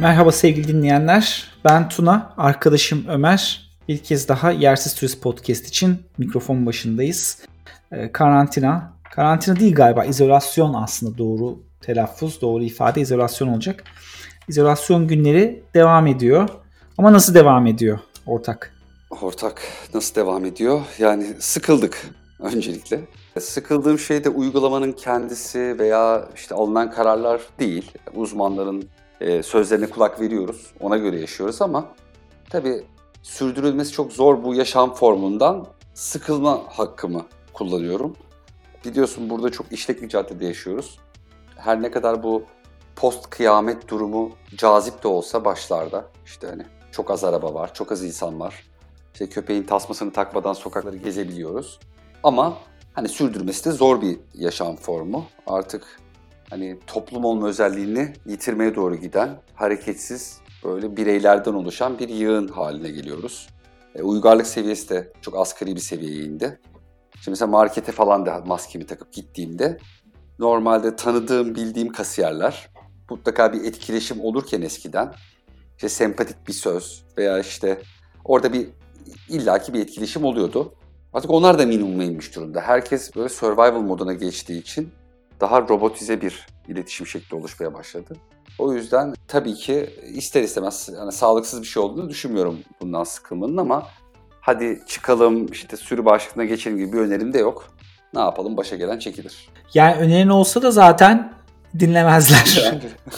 Merhaba sevgili dinleyenler. Ben Tuna, arkadaşım Ömer. Bir kez daha Yersiz Turist Podcast için mikrofon başındayız. Karantina. Karantina değil galiba. İzolasyon aslında doğru telaffuz, doğru ifade izolasyon olacak. İzolasyon günleri devam ediyor. Ama nasıl devam ediyor ortak? Ortak nasıl devam ediyor? Yani sıkıldık öncelikle. Sıkıldığım şey de uygulamanın kendisi veya işte alınan kararlar değil. Uzmanların sözlerine kulak veriyoruz. Ona göre yaşıyoruz ama tabii sürdürülmesi çok zor bu yaşam formundan sıkılma hakkımı kullanıyorum. Biliyorsun burada çok işlek bir caddede yaşıyoruz. Her ne kadar bu post kıyamet durumu cazip de olsa başlarda işte hani çok az araba var, çok az insan var. İşte köpeğin tasmasını takmadan sokakları gezebiliyoruz. Ama hani sürdürmesi de zor bir yaşam formu. Artık hani toplum olma özelliğini yitirmeye doğru giden, hareketsiz böyle bireylerden oluşan bir yığın haline geliyoruz. Uygarlık seviyesi de çok asgari bir seviyeye indi. Şimdi mesela markete falan da maskemi takıp gittiğimde normalde tanıdığım, bildiğim kasiyerler mutlaka bir etkileşim olurken eskiden işte sempatik bir söz veya işte orada bir illaki bir etkileşim oluyordu. Artık onlar da minimuma inmiş durumda. Herkes böyle survival moduna geçtiği için daha robotize bir iletişim şekli oluşmaya başladı. O yüzden tabii ki ister istemez yani sağlıksız bir şey olduğunu düşünmüyorum bundan sıkılmanın ama hadi çıkalım işte sürü bağışıklığına geçelim gibi bir önerim de yok. Ne yapalım başa gelen çekilir. Yani önerin olsa da zaten dinlemezler.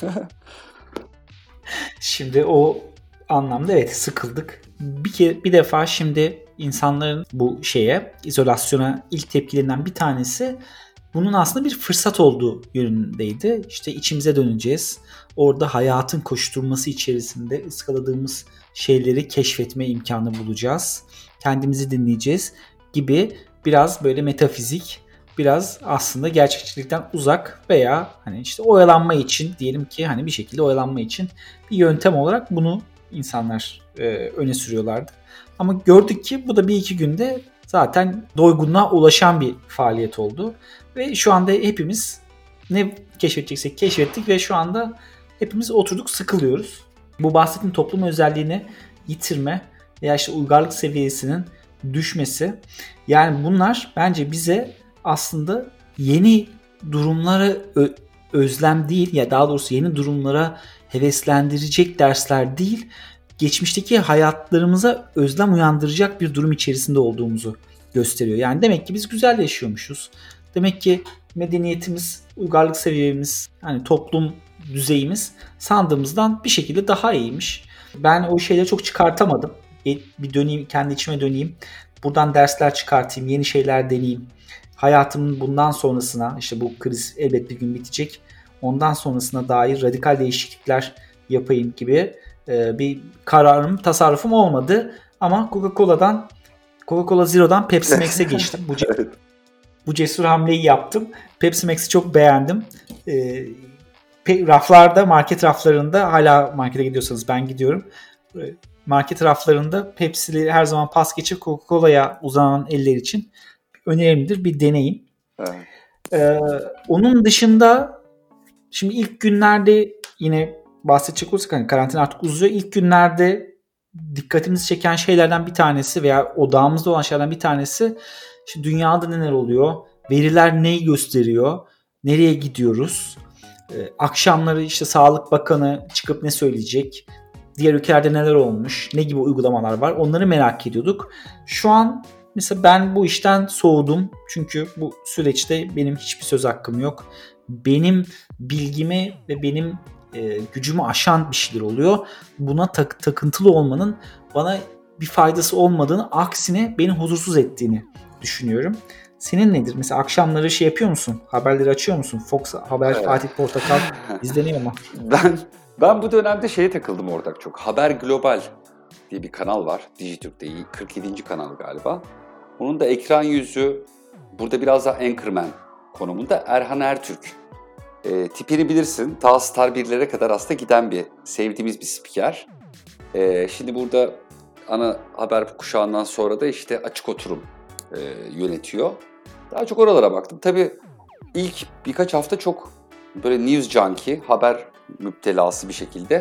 Şimdi o anlamda evet sıkıldık. Bir defa şimdi insanların bu izolasyona ilk tepkilerinden bir tanesi bunun aslında bir fırsat olduğu yönündeydi. İşte içimize döneceğiz. Orada hayatın koşturması içerisinde ıskaladığımız şeyleri keşfetme imkanı bulacağız. Kendimizi dinleyeceğiz gibi biraz böyle metafizik, biraz aslında gerçekçilikten uzak veya hani işte oyalanma için diyelim ki hani bir şekilde oyalanma için bir yöntem olarak bunu insanlar öne sürüyorlardı. Ama gördük ki bu da bir iki günde zaten doygunluğa ulaşan bir faaliyet oldu. Ve şu anda hepimiz ne keşfedeceksek keşfettik ve şu anda hepimiz oturduk sıkılıyoruz. Bu bahsettiğim toplum özelliğini yitirme veya işte uygarlık seviyesinin düşmesi. Yani bunlar bence bize aslında yeni durumlara özlem değil ya daha doğrusu yeni durumlara heveslendirecek dersler değil, geçmişteki hayatlarımıza özlem uyandıracak bir durum içerisinde olduğumuzu gösteriyor. Yani demek ki biz güzel yaşıyormuşuz. Demek ki medeniyetimiz, uygarlık seviyemiz, hani toplum düzeyimiz sandığımızdan bir şekilde daha iyiymiş. Ben o şeyleri çok çıkartamadım. Bir döneyim, kendi içime döneyim. Buradan dersler çıkartayım, yeni şeyler deneyeyim. Hayatımın bundan sonrasına, işte bu kriz elbet bir gün bitecek. Ondan sonrasına dair radikal değişiklikler yapayım gibi bir kararım, tasarrufum olmadı. Ama Coca-Cola Zero'dan Pepsi Max'e geçtim. Bu cesur hamleyi yaptım. Pepsi Max'i çok beğendim. Raflarda, market raflarında hala markete gidiyorsanız ben gidiyorum. Market raflarında Pepsi'li her zaman pas geçip Coca-Cola'ya uzanan eller için önerimdir. Bir deneyin. Evet. Onun dışında şimdi ilk günlerde yine bahsedecek olursak hani karantina artık uzuyor. İlk günlerde dikkatimizi çeken şeylerden bir tanesi veya odağımızda olan şeylerden bir tanesi işte dünyada neler oluyor? Veriler neyi gösteriyor? Nereye gidiyoruz? Akşamları işte Sağlık Bakanı çıkıp ne söyleyecek? Diğer ülkelerde neler olmuş? Ne gibi uygulamalar var? Onları merak ediyorduk. Şu an mesela ben bu işten soğudum. Çünkü bu süreçte benim hiçbir söz hakkım yok. Benim bilgimi ve benim gücümü aşan bir şeyler oluyor. Buna takıntılı olmanın bana bir faydası olmadığını, aksine beni huzursuz ettiğini düşünüyorum. Senin nedir? Mesela akşamları şey yapıyor musun? Haberleri açıyor musun? Fox Haber, Fatih Portakal izleniyor mu? Ben bu dönemde şeye takıldım ortak çok. Haber Global diye bir kanal var. Dijitürk'te 47. kanal galiba. Onun da ekran yüzü burada biraz daha anchorman konumunda Erhan Ertürk. Tipini bilirsin. Ta Star 1'lere kadar aslında giden bir, sevdiğimiz bir spiker. Şimdi burada ana haber kuşağından sonra da işte Açık Oturum yönetiyor. Daha çok oralara baktım. Tabii ilk birkaç hafta çok böyle news junkie, haber müptelası bir şekilde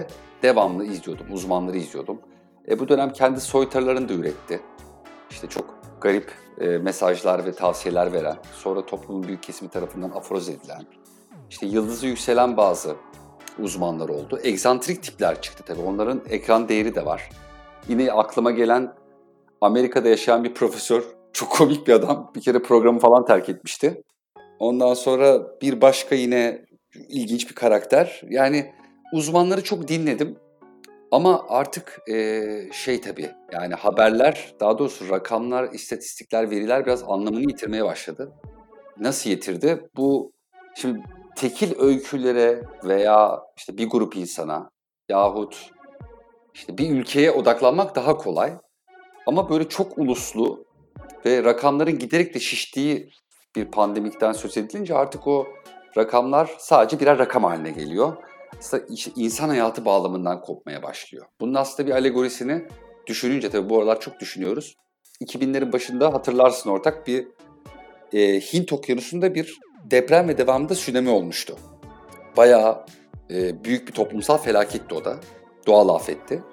devamlı izliyordum, uzmanları izliyordum. Bu dönem kendi soytarılarını da üretti. İşte çok garip mesajlar ve tavsiyeler veren, sonra toplumun büyük kesimi tarafından aforoz edilen, işte yıldızı yükselen bazı uzmanlar oldu. Egzantrik tipler çıktı tabii. Onların ekran değeri de var. Yine aklıma gelen Amerika'da yaşayan bir profesör, çok komik bir adam. Bir kere programı falan terk etmişti. Ondan sonra bir başka yine ilginç bir karakter. Yani uzmanları çok dinledim. Ama artık tabii yani haberler, daha doğrusu rakamlar, istatistikler, veriler biraz anlamını yitirmeye başladı. Nasıl yitirdi? Bu şimdi tekil öykülere veya işte bir grup insana yahut işte bir ülkeye odaklanmak daha kolay. Ama böyle çok uluslu ve rakamların giderek de şiştiği bir pandemikten söz edilince artık o rakamlar sadece birer rakam haline geliyor. Aslında insan hayatı bağlamından kopmaya başlıyor. Bunun aslında bir alegorisini düşününce, tabii bu aralar çok düşünüyoruz. 2000'lerin başında hatırlarsın ortak, bir Hint okyanusunda bir deprem ve devamında tsunami olmuştu. Bayağı büyük bir toplumsal felaketti o da. Doğal afetti.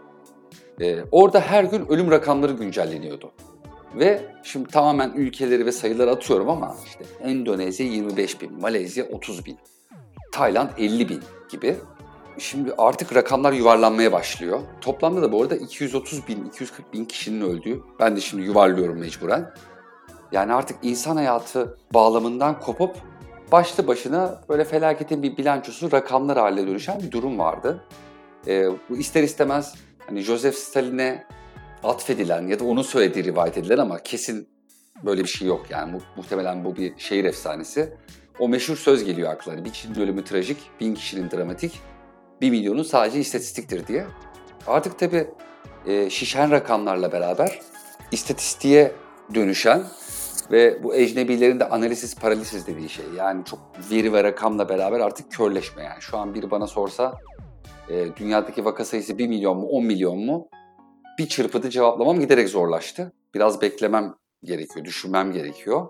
Orada her gün ölüm rakamları güncelleniyordu. Ve şimdi tamamen ülkeleri ve sayıları atıyorum ama işte Endonezya 25 bin, Malezya 30 bin, Tayland 50 bin gibi. Şimdi artık rakamlar yuvarlanmaya başlıyor. Toplamda da bu arada 230 bin, 240 bin kişinin öldüğü. Ben de şimdi yuvarlıyorum mecburen. Yani artık insan hayatı bağlamından kopup başlı başına böyle felaketin bir bilançosu rakamlar haline dönüşen bir durum vardı. Bu ister istemez hani Joseph Stalin'e atfedilen ya da onun söylediği rivayet edilen ama kesin böyle bir şey yok yani. Muhtemelen bu bir şehir efsanesi. O meşhur söz geliyor akıllarına. Bir kişinin ölümü trajik, 1000 kişinin dramatik, 1 milyonun sadece istatistiktir diye. Artık tabii şişen rakamlarla beraber istatistiğe dönüşen ve bu ecnebilerin de analisis paralisis dediği şey. Yani çok veri ve rakamla beraber artık körleşme yani. Şu an biri bana sorsa dünyadaki vaka sayısı 1 milyon mu 10 milyon mu? Bir çırpıda cevaplamam giderek zorlaştı. Biraz beklemem gerekiyor, düşünmem gerekiyor.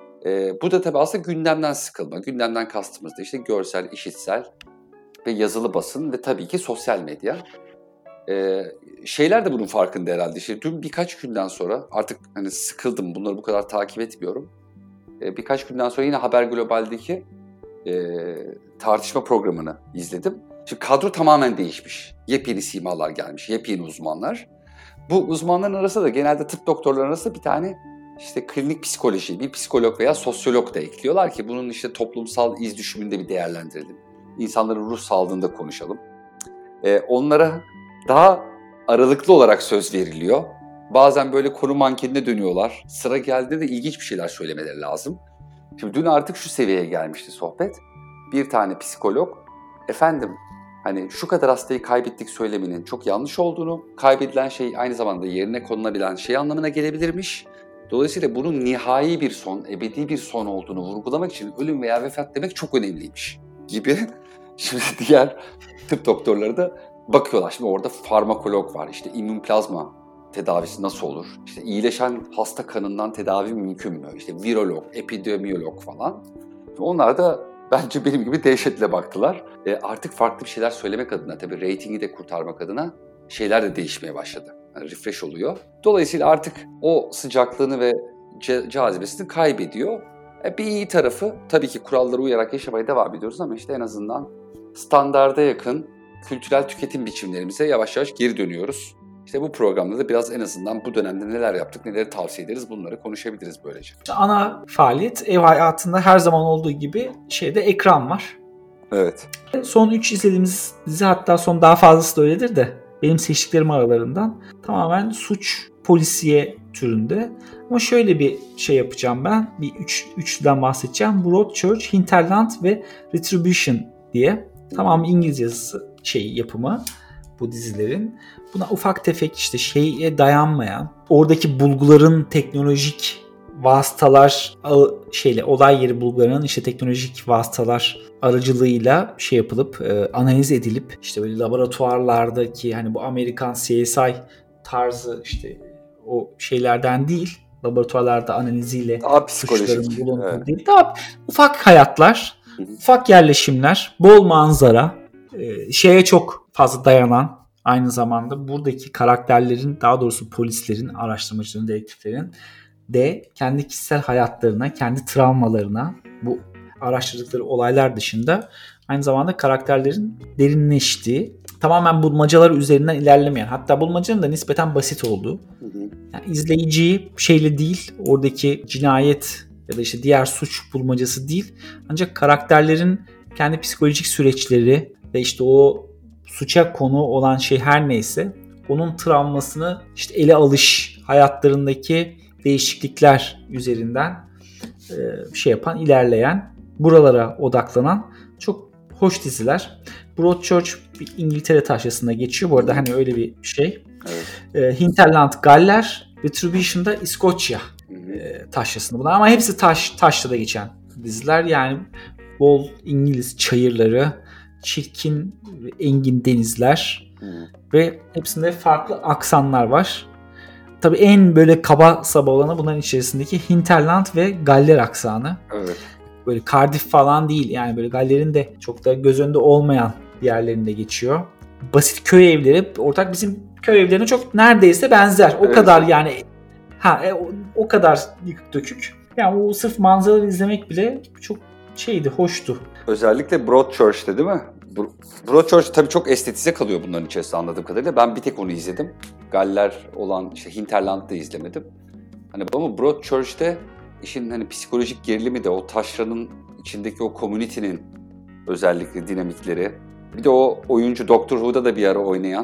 Bu da tabii aslında gündemden sıkılma. Gündemden kastımız da işte görsel, işitsel ve yazılı basın ve tabii ki sosyal medya. Şeyler de bunun farkında herhalde. İşte dün birkaç günden sonra artık hani sıkıldım, bunları bu kadar takip etmiyorum. Birkaç günden sonra yine Haber Global'deki tartışma programını izledim. Şimdi kadro tamamen değişmiş. Yepyeni simalar gelmiş, yepyeni uzmanlar. Bu uzmanların arasında da genelde tıp doktorları arasında bir tane işte klinik psikoloji, bir psikolog veya sosyolog da ekliyorlar ki bunun işte toplumsal iz düşümünde bir değerlendirelim. İnsanların ruh sağlığında konuşalım. Onlara daha aralıklı olarak söz veriliyor. Bazen böyle konu mankenine dönüyorlar. Sıra geldiğinde de ilginç bir şeyler söylemeleri lazım. Şimdi dün artık şu seviyeye gelmişti sohbet. Bir tane psikolog, efendim hani şu kadar hastayı kaybettik söyleminin çok yanlış olduğunu, kaybedilen şey aynı zamanda yerine konulabilen şey anlamına gelebilirmiş. Dolayısıyla bunun nihai bir son, ebedi bir son olduğunu vurgulamak için ölüm veya vefat demek çok önemliymiş gibi. Şimdi diğer tıp doktorları da bakıyorlar. Şimdi orada farmakolog var, işte immünplazma tedavisi nasıl olur? İşte iyileşen hasta kanından tedavi mümkün mü? İşte virolog, epidemiyolog falan. Onlar da bence benim gibi dehşetle baktılar. Artık farklı bir şeyler söylemek adına, tabii reytingi de kurtarmak adına şeyler de değişmeye başladı. Yani refresh oluyor. Dolayısıyla artık o sıcaklığını ve cazibesini kaybediyor. Bir iyi tarafı tabii ki kurallara uyarak yaşamaya devam ediyoruz ama işte en azından standarda yakın kültürel tüketim biçimlerimize yavaş yavaş geri dönüyoruz. İşte bu programda da biraz en azından bu dönemde neler yaptık, neleri tavsiye ederiz, bunları konuşabiliriz böylece. Ana faaliyet ev hayatında her zaman olduğu gibi ekran var. Evet. Son 3 izlediğimiz dizi, hatta son daha fazlası da öyledir de benim seçtiklerim aralarından tamamen suç, polisiye türünde. Ama şöyle bir şey yapacağım ben. Bir üçlüden bahsedeceğim. Broadchurch, Hinterland ve Retribution diye. Tamam, İngiliz yazısı yapımı bu dizilerin. Buna ufak tefek işte şeye dayanmayan, oradaki bulguların teknolojik vasıtalar olay yeri bulgularının işte teknolojik vasıtalar aracılığıyla yapılıp analiz edilip işte böyle laboratuvarlardaki hani bu Amerikan CSI tarzı işte o şeylerden değil, laboratuvarlarda analiziyle suçların bulunduğu değil. Daha ufak hayatlar, ufak yerleşimler, bol manzara, çok fazla dayanan, aynı zamanda buradaki karakterlerin, daha doğrusu polislerin, araştırmacıların, dedektiflerin de kendi kişisel hayatlarına, kendi travmalarına, bu araştırdıkları olaylar dışında aynı zamanda karakterlerin derinleştiği, tamamen bulmacalar üzerinden ilerlemeyen, hatta bulmacanın da nispeten basit olduğu, yani izleyiciyi şeyle değil, oradaki cinayet ya da işte diğer suç bulmacası değil, ancak karakterlerin kendi psikolojik süreçleri ve işte o suça konu olan şey her neyse onun travmasını işte ele alış, hayatlarındaki değişiklikler üzerinden şey yapan, ilerleyen, buralara odaklanan çok hoş diziler. Broadchurch bir İngiltere taşrasında geçiyor. Bu arada hani öyle bir şey. Evet. Hinterland Galler, Retribution'da İskoçya taşrasında bunlar. Ama hepsi taşrada geçen diziler. Yani bol İngiliz çayırları, çirkin engin denizler ve hepsinde farklı aksanlar var. Tabii en böyle kaba saba olanı bunların içerisindeki Hinterland ve Galler aksanı. Evet. Böyle Cardiff falan değil, yani böyle Galler'in de çok da göz önünde olmayan yerlerinde geçiyor. Basit köy evleri, ortak bizim köy evlerine çok neredeyse benzer. O kadar yani o kadar yıkık dökük. Yani o sırf manzaraları izlemek bile çok şeydi, hoştu. Özellikle Broadchurch'te değil mi? Broadchurch tabii çok estetize kalıyor bunların içerisinde anladığım kadarıyla. Ben bir tek onu izledim. Galler olan işte Hinterland'da izlemedim. Hani ama Broadchurch'te işin hani psikolojik gerilimi de o taşranın içindeki o community'nin özellikle dinamikleri. Bir de o oyuncu Doctor Who'da da bir ara oynayan,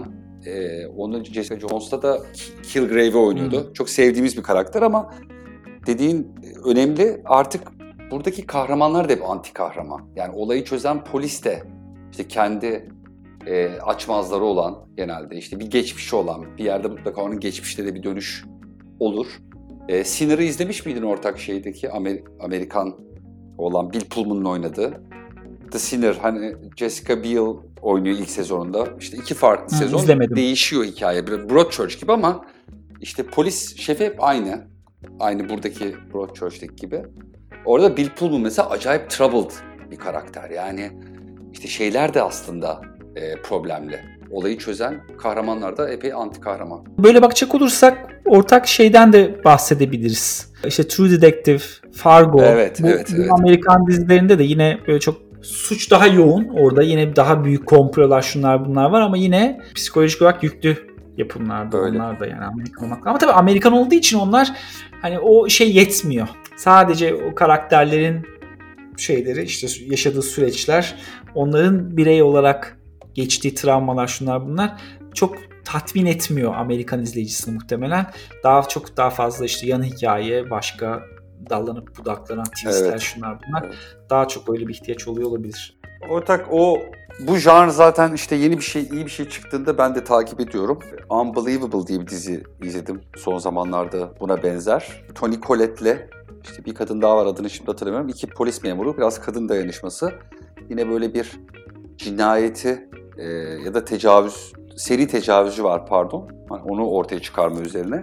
onun Jessica Jones'ta da Kilgrave'i oynuyordu. Çok sevdiğimiz bir karakter ama dediğin önemli. Artık buradaki kahramanlar da hep anti kahraman. Yani olayı çözen polis de işte kendi açmazları olan, genelde işte bir geçmişi olan, bir yerde mutlaka onun geçmişte de bir dönüş olur. Sinner'ı izlemiş miydin ortak şeydeki Amerikan olan Bill Pullman'ın oynadığı? The Sinner, hani Jessica Biel oynuyor ilk sezonunda. İşte 2 farklı sezon izlemedim. Değişiyor hikaye. Broadchurch gibi ama işte polis şefi hep aynı. Aynı buradaki Broadchurch'teki gibi. Orada Bill Pullman mesela acayip troubled bir karakter. Yani işte şeyler de aslında problemli. Olayı çözen kahramanlar da epey anti kahraman. Böyle bakacak olursak ortak şeyden de bahsedebiliriz. İşte True Detective, Fargo. Evet. Amerikan dizilerinde de yine böyle çok suç daha yoğun. Orada yine daha büyük komplolar, şunlar bunlar var ama yine psikolojik olarak yüklü yapımlarda onlar da yani Amerikan olmakla. Ama tabii Amerikan olduğu için onlar hani o şey yetmiyor. Sadece o karakterlerin şeyleri, işte yaşadığı süreçler, onların birey olarak geçtiği travmalar, şunlar bunlar çok tatmin etmiyor Amerikan izleyicisini muhtemelen. Daha fazla işte yan hikaye, başka dallanıp budaklanan twistler, şunlar bunlar. Evet. Daha çok öyle bir ihtiyaç oluyor olabilir. Ortak bu janr zaten işte yeni bir şey, iyi bir şey çıktığında ben de takip ediyorum. Unbelievable diye bir dizi izledim son zamanlarda buna benzer. Toni Collette'le işte bir kadın daha var, adını şimdi hatırlamıyorum. 2 polis memuru, biraz kadın dayanışması. Yine böyle bir cinayeti ya da seri tecavüzcü var pardon. Yani onu ortaya çıkarma üzerine.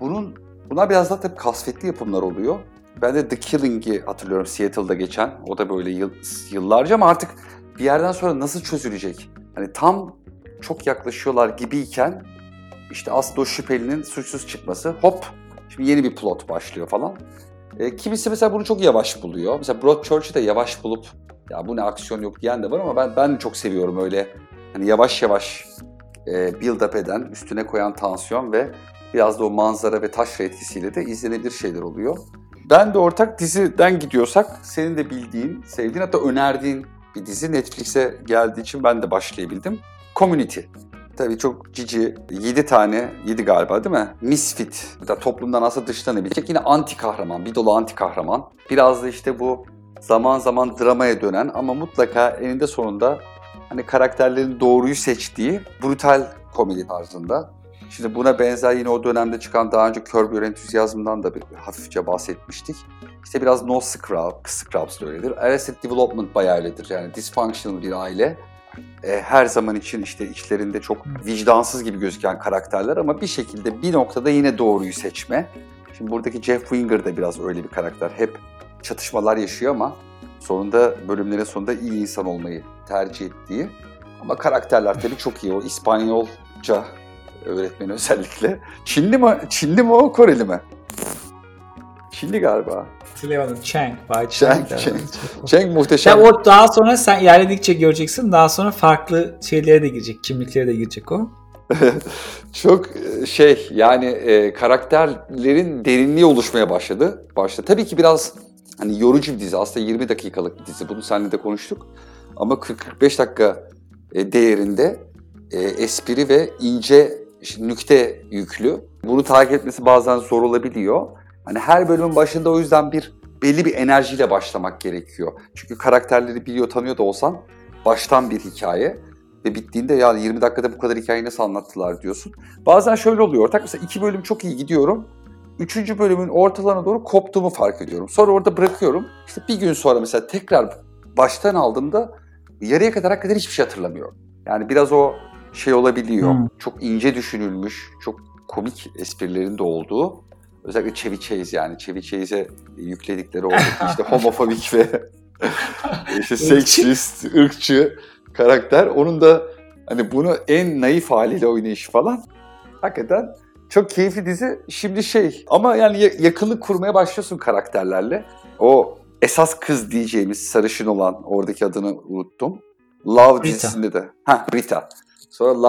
Bunlar biraz daha tabii kasvetli yapımlar oluyor. Ben de The Killing'i hatırlıyorum, Seattle'da geçen. O da böyle yıllarca ama artık bir yerden sonra nasıl çözülecek? Hani tam çok yaklaşıyorlar gibiyken işte aslında o şüphelinin suçsuz çıkması. Hop, şimdi yeni bir plot başlıyor falan. Kimisi mesela bunu çok yavaş buluyor. Mesela Broadchurch'u da yavaş bulup ya bu ne aksiyon yok diyen de var ama ben çok seviyorum öyle. Hani yavaş yavaş build up eden, üstüne koyan tansiyon ve biraz da o manzara ve taşra etkisiyle de izlenebilir şeyler oluyor. Ben de ortak diziden gidiyorsak senin de bildiğin, sevdiğin, hatta önerdiğin bir dizi Netflix'e geldiği için ben de başlayabildim. Community. Tabii çok cici, 7 galiba değil mi? Misfit. Toplumdan aslında dışlanabilecek yine anti kahraman, bir dolu anti kahraman. Biraz da işte bu zaman zaman dramaya dönen ama mutlaka eninde sonunda hani karakterlerin doğruyu seçtiği brutal komedi tarzında. Şimdi buna benzer yine o dönemde çıkan, daha önce Curb Your Enthusiasm'dan da bir hafifçe bahsetmiştik. İşte biraz No Scrubs da öyledir. Arrested Development bayağı öyledir. Yani dysfunctional bir aile. Her zaman için işte içlerinde çok vicdansız gibi gözüken karakterler ama bir şekilde bir noktada yine doğruyu seçme. Şimdi buradaki Jeff Winger de biraz öyle bir karakter. Hep çatışmalar yaşıyor ama bölümlerin sonunda iyi insan olmayı tercih ettiği. Ama karakterler tabii çok iyi. O İspanyolca öğretmeni özellikle. Çinli mi o, Koreli mi? Çinli galiba. Hatırlayamadım. Chang. Chang muhteşem. Ya o daha sonra sen ilerledikçe göreceksin. Daha sonra farklı şeylere de girecek. Kimliklere de girecek o. Çok yani karakterlerin derinliği oluşmaya başladı. Tabii ki biraz hani yorucu bir dizi. Aslında 20 dakikalık bir dizi. Bunu seninle de konuştuk. Ama 40-45 dakika değerinde espri ve ince nükte yüklü. Bunu takip etmesi bazen zor olabiliyor. Hani her bölümün başında o yüzden belli bir enerjiyle başlamak gerekiyor. Çünkü karakterleri biliyor, tanıyor da olsan baştan bir hikaye ve bittiğinde ya 20 dakikada bu kadar hikayeyi nasıl anlattılar diyorsun. Bazen şöyle oluyor ortak, mesela 2 bölüm çok iyi gidiyorum. 3. bölümün ortalarına doğru koptuğumu fark ediyorum. Sonra orada bırakıyorum. İşte bir gün sonra mesela tekrar baştan aldığımda yarıya kadar hakikaten hiçbir şey hatırlamıyorum. Yani biraz o olabiliyor. Çok ince düşünülmüş, çok komik esprilerin de olduğu. Özellikle Chevy Chase, yani Chevy Chase'e yükledikleri oradaki işte homofobik ve işte seksist, ırkçı karakter. Onun da hani bunu en naif haliyle oynayışı falan. Hakikaten çok keyifli dizi. Şimdi ama yani yakınlık kurmaya başlıyorsun karakterlerle. O esas kız diyeceğimiz sarışın olan, oradaki adını unuttum. Love dizisinde de. Rita. Sonra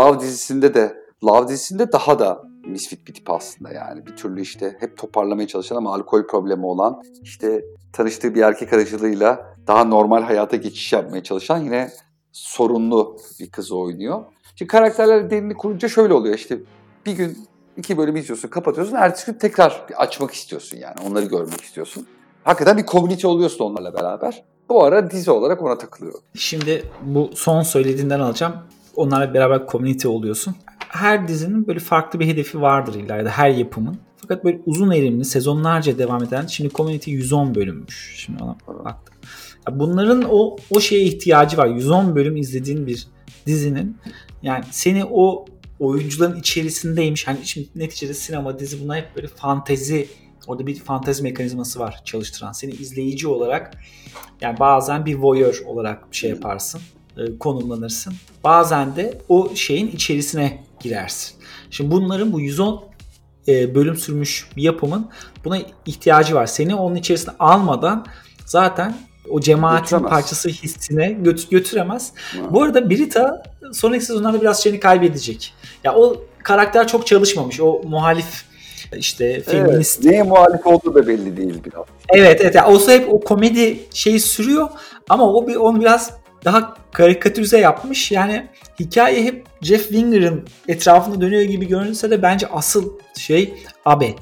Love dizisinde daha da misfit bir tip aslında yani. Bir türlü işte hep toparlamaya çalışan ama alkol problemi olan, işte tanıştığı bir erkek aracılığıyla daha normal hayata geçiş yapmaya çalışan yine sorunlu bir kızı oynuyor. Şimdi karakterler derinlik kurunca şöyle oluyor, işte bir gün 2 bölüm izliyorsun, kapatıyorsun, ertesi gün tekrar açmak istiyorsun yani, onları görmek istiyorsun. Hakikaten bir community oluyorsun onlarla beraber. Bu ara dizi olarak ona takılıyor. Şimdi bu son söylediğinden alacağım. Onlarla beraber community oluyorsun. Her dizinin böyle farklı bir hedefi vardır ileride, her yapımın. Fakat böyle uzun erimli, sezonlarca devam eden, şimdi Community 110 bölümmüş. Şimdi ona baktım. Ya bunların o şeye ihtiyacı var. 110 bölüm izlediğin bir dizinin, yani seni o oyuncuların içerisindeymiş. Hani şimdi neticede sinema, dizi, bunlar hep böyle fantezi. Orada bir fantezi mekanizması var çalıştıran. Seni izleyici olarak, yani bazen bir voyeur olarak bir şey yaparsın, konumlanırsın. Bazen de o şeyin içerisine girersin. Şimdi bunların, bu 110 bölüm sürmüş bir yapımın buna ihtiyacı var. Seni onun içerisine almadan zaten o cemaatin parçası hissine götüremez. Bu arada Brita sonraki sezonlarda biraz şeyini kaybedecek. Ya o karakter çok çalışmamış. O muhalif, işte feminist. Evet, neye muhalif olduğu da belli değil biraz. Evet. Yani olsa hep o komedi şeyi sürüyor ama onu biraz daha karikatürize yapmış. Yani hikaye hep Jeff Winger'ın etrafında dönüyor gibi görünse de bence asıl şey Abed.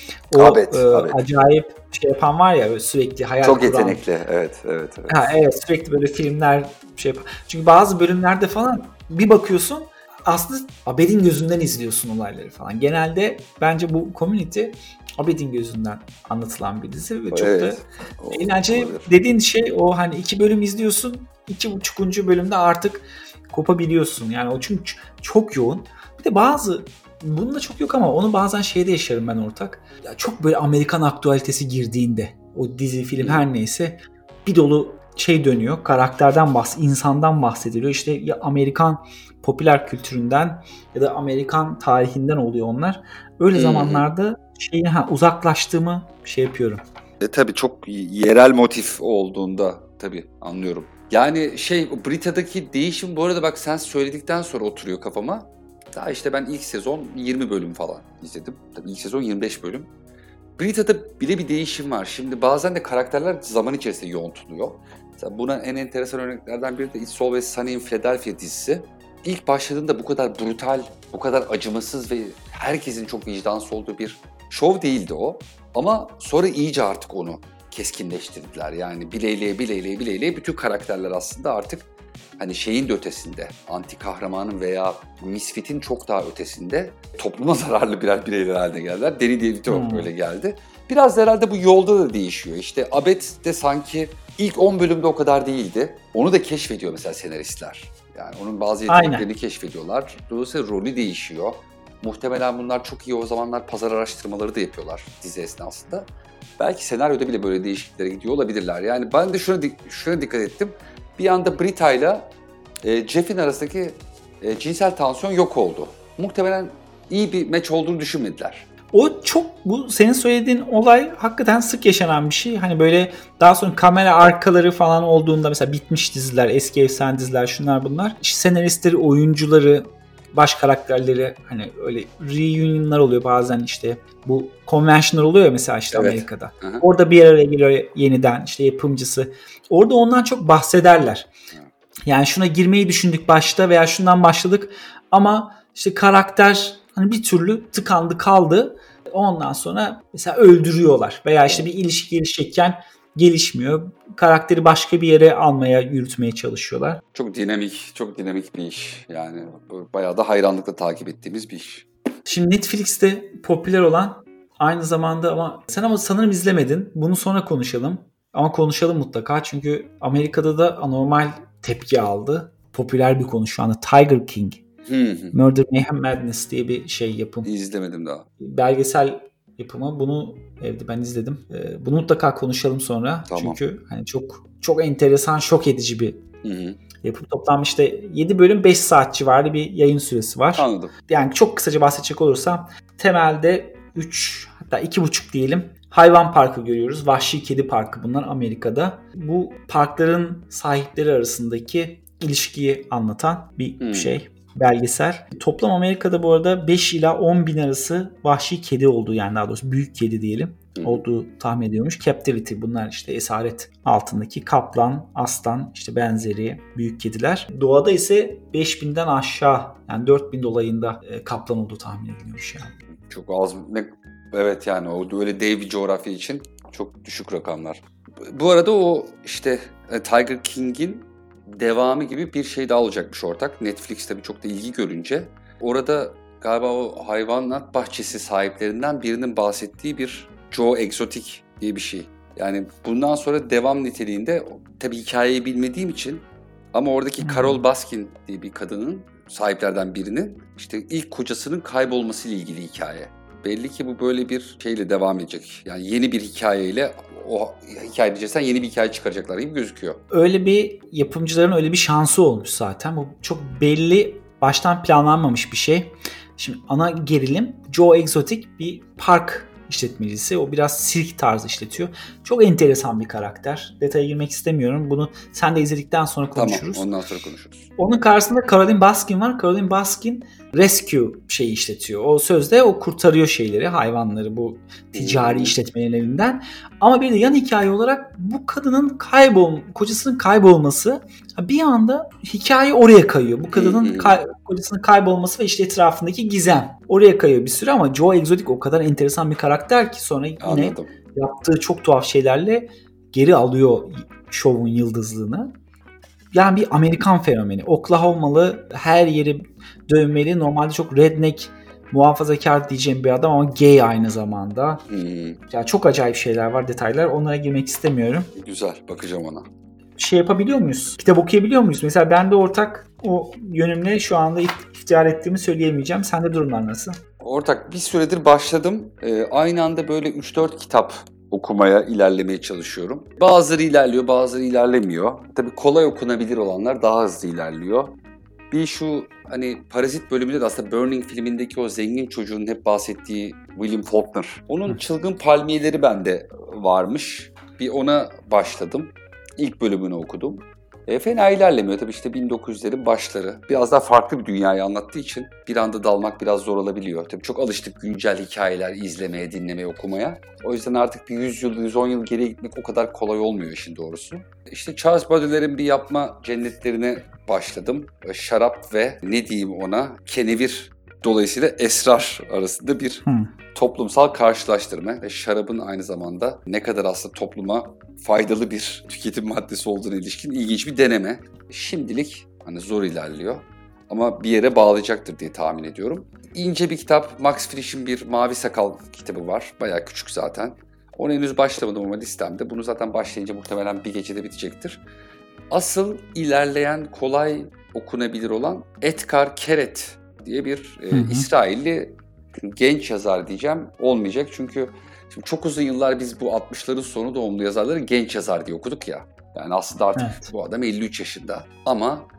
Abed. Acayip şey yapan var ya, sürekli hayal çok kuran. Çok yetenekli. Evet. Evet, sürekli böyle filmler şey yapar. Çünkü bazı bölümlerde falan bir bakıyorsun, aslında Abed'in gözünden izliyorsun olayları falan. Genelde bence bu Community Abed'in gözünden anlatılan bir dizi ve çok da eğlenceli. Dediğin şey o, hani 2 bölüm izliyorsun, 2,5. bölümde artık kopabiliyorsun. Yani o çünkü çok yoğun. Bir de bunda çok yok ama onu bazen şeyde yaşarım ben ortak. Ya çok böyle Amerikan aktüalitesi girdiğinde, o dizi, film her neyse, bir dolu şey dönüyor. Karakterden insandan bahsediliyor. İşte ya Amerikan popüler kültüründen ya da Amerikan tarihinden oluyor onlar. Öyle zamanlarda uzaklaştığımı şey yapıyorum. Tabii çok yerel motif olduğunda tabii anlıyorum. Yani Brita'daki değişim, bu arada bak sen söyledikten sonra oturuyor kafama. Daha işte ben ilk sezon 20 bölüm falan izledim. Tabii ilk sezon 25 bölüm. Brita'da bile bir değişim var. Şimdi bazen de karakterler zaman içerisinde yoğuntuluyor. Mesela buna en enteresan örneklerden biri de It's Always Sunny in Philadelphia dizisi. İlk başladığında bu kadar brutal, bu kadar acımasız ve herkesin çok vicdansız olduğu bir şov değildi o. Ama sonra iyice artık onu keskinleştirdiler. Yani bileyleye bütün karakterler aslında artık hani şeyin de ötesinde, anti kahramanın veya misfit'in çok daha ötesinde topluma zararlı birer bireyler haline geldiler. Danny DeVito böyle geldi. Biraz herhalde bu yolda da değişiyor. İşte Abed de sanki ilk 10 bölümde o kadar değildi. Onu da keşfediyor mesela senaristler. Yani onun bazı yeteneklerini keşfediyorlar. Dolayısıyla rolü değişiyor. Muhtemelen bunlar çok iyi o zamanlar pazar araştırmaları da yapıyorlar dizi esnasında. Belki senaryoda bile böyle değişikliklere gidiyor olabilirler. Yani ben de şuna dikkat ettim. Bir anda Brita'yla Jeff'in arasındaki cinsel tansiyon yok oldu. Muhtemelen iyi bir match olduğunu düşünmediler. Bu senin söylediğin olay hakikaten sık yaşanan bir şey. Hani böyle daha sonra kamera arkaları falan olduğunda mesela bitmiş diziler, eski efsane diziler, şunlar bunlar. İşte senaristleri, oyuncuları, baş karakterleri, hani öyle reunion'lar oluyor bazen, işte bu convention'lar oluyor ya mesela işte evet. Amerika'da. Hı-hı. Orada bir araya geliyor yeniden işte yapımcısı. Orada ondan çok bahsederler. Yani şuna girmeyi düşündük başta veya şundan başladık ama işte karakter hani bir türlü tıkandı kaldı. Ondan sonra mesela öldürüyorlar veya işte bir ilişki gelişecekken gelişmiyor. Karakteri başka bir yere almaya, yürütmeye çalışıyorlar. Çok dinamik bir iş. Yani bayağı da hayranlıkla takip ettiğimiz bir iş. Şimdi Netflix'te popüler olan, aynı zamanda ama sanırım izlemedin. Bunu sonra konuşalım. Ama konuşalım mutlaka çünkü Amerika'da da anormal tepki aldı. Popüler bir konu şu anda. Tiger King. Murder Mayhem Madness diye bir yapım. İzlemedim daha. Belgesel yapımı. Bunu evde ben izledim. Bunu mutlaka konuşalım sonra. Tamam. Çünkü hani çok enteresan, şok edici bir yapım. Toplam işte 7 bölüm 5 saat civarı bir yayın süresi var. Anladım. Yani çok kısaca bahsedecek olursam temelde 3 hatta 2,5 diyelim. Hayvan parkı görüyoruz. Vahşi kedi parkı bunlar Amerika'da. Bu parkların sahipleri arasındaki ilişkiyi anlatan bir belgesel. Toplam Amerika'da bu arada 5 ila 10 bin arası vahşi kedi olduğu, yani daha doğrusu büyük kedi diyelim, olduğu tahmin ediyormuş. Captivity, bunlar işte esaret altındaki kaplan, aslan, işte benzeri büyük kediler. Doğada ise 5.000'den aşağı, yani 4.000 dolayında kaplan olduğu tahmin ediliyormuş yani. Çok az. Evet, yani o öyle dev bir coğrafya için çok düşük rakamlar. Bu arada o işte Tiger King'in devamı gibi bir şey daha olacakmış ortak. Netflix'te çok da ilgi görünce. Orada galiba o hayvanat bahçesi sahiplerinden birinin bahsettiği bir Joe Exotic diye bir şey. Yani bundan sonra devam niteliğinde, tabii hikayeyi bilmediğim için, ama oradaki Carole Baskin diye bir kadının, sahiplerden birinin işte ilk kocasının kaybolmasıyla ilgili hikaye. Belli ki bu böyle bir şeyle devam edecek. Yani yeni bir hikayeyle, o hikaye diyeceksen yeni bir hikaye çıkaracaklar gibi gözüküyor. Öyle bir yapımcıların öyle bir şansı olmuş zaten. Bu çok belli, baştan planlanmamış bir şey. Şimdi ana gerilim, Joe Exotic bir park işletmecisi. O biraz sirk tarzı işletiyor. Çok enteresan bir karakter. Detaya girmek istemiyorum. Bunu sen de izledikten sonra konuşuruz. Tamam, ondan sonra konuşuruz. Onun karşısında Caroline Baskin var. Caroline Baskin rescue şeyi işletiyor. O sözde o kurtarıyor şeyleri, hayvanları bu ticari işletmelerin elinden. Ama bir de yan hikaye olarak bu kadının kocasının kaybolması, bir anda hikaye oraya kayıyor. Bu kadının kocasının kaybolması ve işte etrafındaki gizem oraya kayıyor bir süre, ama Joe Exotic o kadar enteresan bir karakter ki sonra yine yaptığı çok tuhaf şeylerle geri alıyor şovun yıldızlığını. Yani bir Amerikan fenomeni. Oklahoma'lı, her yeri dövmeli, normalde çok redneck, muhafazakar diyeceğim bir adam ama gay aynı zamanda. Yani çok acayip şeyler var, detaylar. Onlara girmek istemiyorum. Güzel, bakacağım ona. Yapabiliyor muyuz? Kitap okuyabiliyor muyuz? Mesela ben de ortak o yönümle şu anda iftihar ettiğimi söyleyemeyeceğim. Sende durumlar nasıl? Ortak bir süredir başladım. Aynı anda böyle 3-4 kitap okumaya, ilerlemeye çalışıyorum. Bazıları ilerliyor, bazıları ilerlemiyor. Tabii kolay okunabilir olanlar daha hızlı ilerliyor. Bir şu hani Parazit bölümünde de aslında Burning filmindeki o zengin çocuğun hep bahsettiği William Faulkner. Onun Çılgın Palmiyeleri bende varmış. Bir ona başladım. İlk bölümünü okudum. Fena ilerlemiyor. Tabii işte 1900'lerin başları. Biraz daha farklı bir dünyayı anlattığı için bir anda dalmak biraz zor olabiliyor. Tabii çok alıştık güncel hikayeler izlemeye, dinlemeye, okumaya. O yüzden artık bir 100 yıl, 110 yıl geriye gitmek o kadar kolay olmuyor işin doğrusu. İşte Charles Baudelaire'in bir yapma cennetlerine başladım. Şarap ve ne diyeyim ona, kenevir, dolayısıyla esrar arasında bir toplumsal karşılaştırma ve şarabın aynı zamanda ne kadar aslında topluma faydalı bir tüketim maddesi olduğuna ilişkin ilginç bir deneme. Şimdilik hani zor ilerliyor ama bir yere bağlayacaktır diye tahmin ediyorum. İnce bir kitap, Max Frisch'in bir Mavi Sakal kitabı var. Bayağı küçük zaten. Onu henüz başlamadım ama listemde. Bunu zaten başlayınca muhtemelen bir gecede bitecektir. Asıl ilerleyen, kolay okunabilir olan Etgar Keret diye bir İsrailli genç yazar diyeceğim. Olmayacak çünkü şimdi çok uzun yıllar biz bu 60'ların sonu doğumlu yazarları genç yazar diye okuduk ya. Yani aslında artık bu adam 53 yaşında ama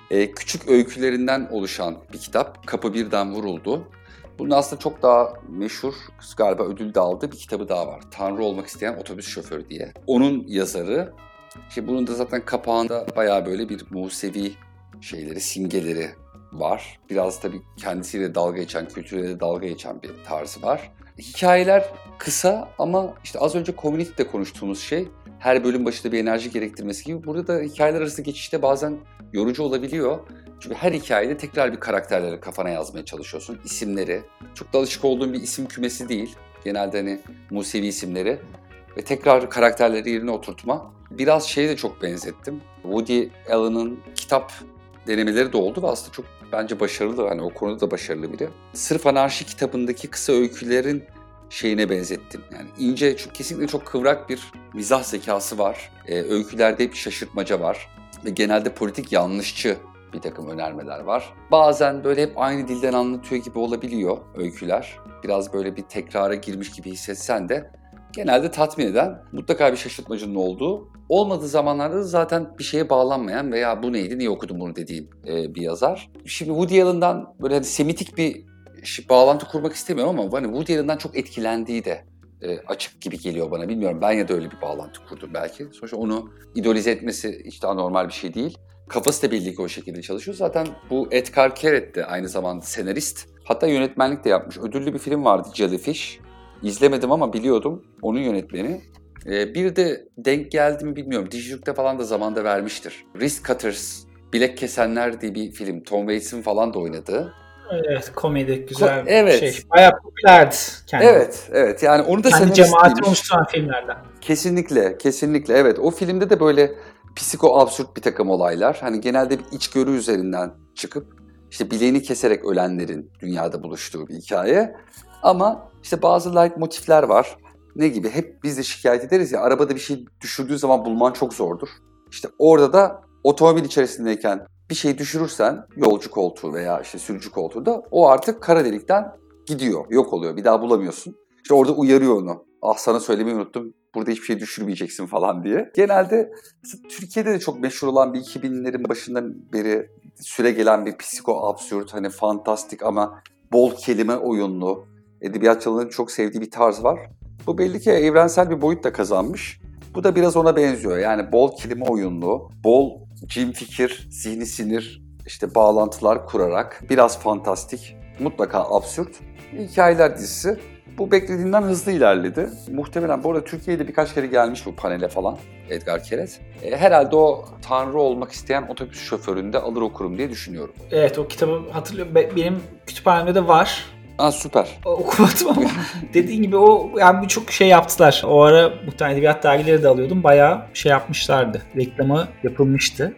küçük öykülerinden oluşan bir kitap. Kapı Birden Vuruldu. Bunun aslında çok daha meşhur, galiba ödül de aldığı bir kitabı daha var. Tanrı Olmak İsteyen Otobüs Şoförü diye. Onun yazarı. Bunun da zaten kapağında bayağı böyle bir Musevi şeyleri, simgeleri var. Biraz tabii kendisiyle dalga geçen, kültürle dalga geçen bir tarzı var. Hikayeler kısa ama işte az önce Community'de konuştuğumuz şey, her bölüm başında bir enerji gerektirmesi gibi. Burada da hikayeler arası geçişte bazen yorucu olabiliyor. Çünkü her hikayede tekrar bir karakterleri kafana yazmaya çalışıyorsun. İsimleri, çok da alışık olduğum bir isim kümesi değil. Genelde hani Musevi isimleri ve tekrar karakterleri yerine oturtma. Biraz şeye de çok benzettim. Woody Allen'ın kitap denemeleri de oldu ve aslında çok bence başarılı. Hani o konuda da başarılı biri. Sırf Anarşi kitabındaki kısa öykülerin şeyine benzettim. Yani ince, kesinlikle çok kıvrak bir mizah zekası var. Öykülerde hep şaşırtmaca var. Ve genelde politik yanlışçı bir takım önermeler var. Bazen böyle hep aynı dilden anlatıyor gibi olabiliyor öyküler. Biraz böyle bir tekrara girmiş gibi hissetsen de genelde tatmin eden, mutlaka bir şaşırtmacının olduğu, olmadığı zamanlarda da zaten bir şeye bağlanmayan veya bu neydi, niye okudum bunu dediğim bir yazar. Şimdi Woody Allen'dan böyle hani semitik bir bağlantı kurmak istemiyorum ama hani Woody Allen'dan çok etkilendiği de açık gibi geliyor bana. Bilmiyorum, ben ya da öyle bir bağlantı kurdum belki. Sonuçta onu idolize etmesi hiç daha normal bir şey değil. Kafası da belli ki o şekilde çalışıyor. Zaten bu Edgar Keret de aynı zamanda senarist. Hatta yönetmenlik de yapmış. Ödüllü bir film vardı, Jellyfish. İzlemedim ama biliyordum. Onun yönetmeni. Bir de denk geldi mi bilmiyorum. Dijitürk'te falan da zamanda vermiştir. Wrist Cutters, Bilek Kesenler diye bir film. Tom Waits'in falan da oynadığı. Evet, komedi güzel evet. şey. Bayağı popülerdi kendisi. Evet. Yani onu da kendi cemaati oluşturan filmlerden. Kesinlikle. Evet. O filmde de böyle psiko absürt bir takım olaylar. Hani genelde bir içgörü üzerinden çıkıp işte bileğini keserek ölenlerin dünyada buluştuğu bir hikaye. Ama işte bazı light motifler var. Ne gibi? Hep biz de şikayet ederiz ya, arabada bir şey düşürdüğü zaman bulman çok zordur. İşte orada da otomobil içerisindeyken bir şey düşürürsen, yolcu koltuğu veya işte sürücü koltuğunda, o artık kara delikten gidiyor, yok oluyor. Bir daha bulamıyorsun. İşte orada uyarıyor onu. Ah, sana söylemeyi unuttum, burada hiçbir şey düşürmeyeceksin falan diye. Genelde Türkiye'de de çok meşhur olan bir 2000'lerin başından beri süre gelen bir psiko absürt, hani fantastik ama bol kelime oyunlu, edebiyatçıların çok sevdiği bir tarz var. Bu belli ki evrensel bir boyut da kazanmış. Bu da biraz ona benziyor. Yani bol kelime oyunlu, bol cin fikir, zihni sinir, işte bağlantılar kurarak, biraz fantastik, mutlaka absürt hikayeler dizisi. Bu beklediğinden hızlı ilerledi. Muhtemelen bu arada Türkiye'de birkaç kere gelmiş bu panele falan Edgar Keret. Herhalde o Tanrı Olmak İsteyen Otobüs Şoförü'nü de alır okurum diye düşünüyorum. Evet, o kitabı hatırlıyorum. Benim kütüphanemde de var. Süper. Okumadım ama dediğin gibi o yani birçok şey yaptılar. O ara muhtemelen edebiyat dergileri de alıyordum. Bayağı şey yapmışlardı. Reklamı yapılmıştı.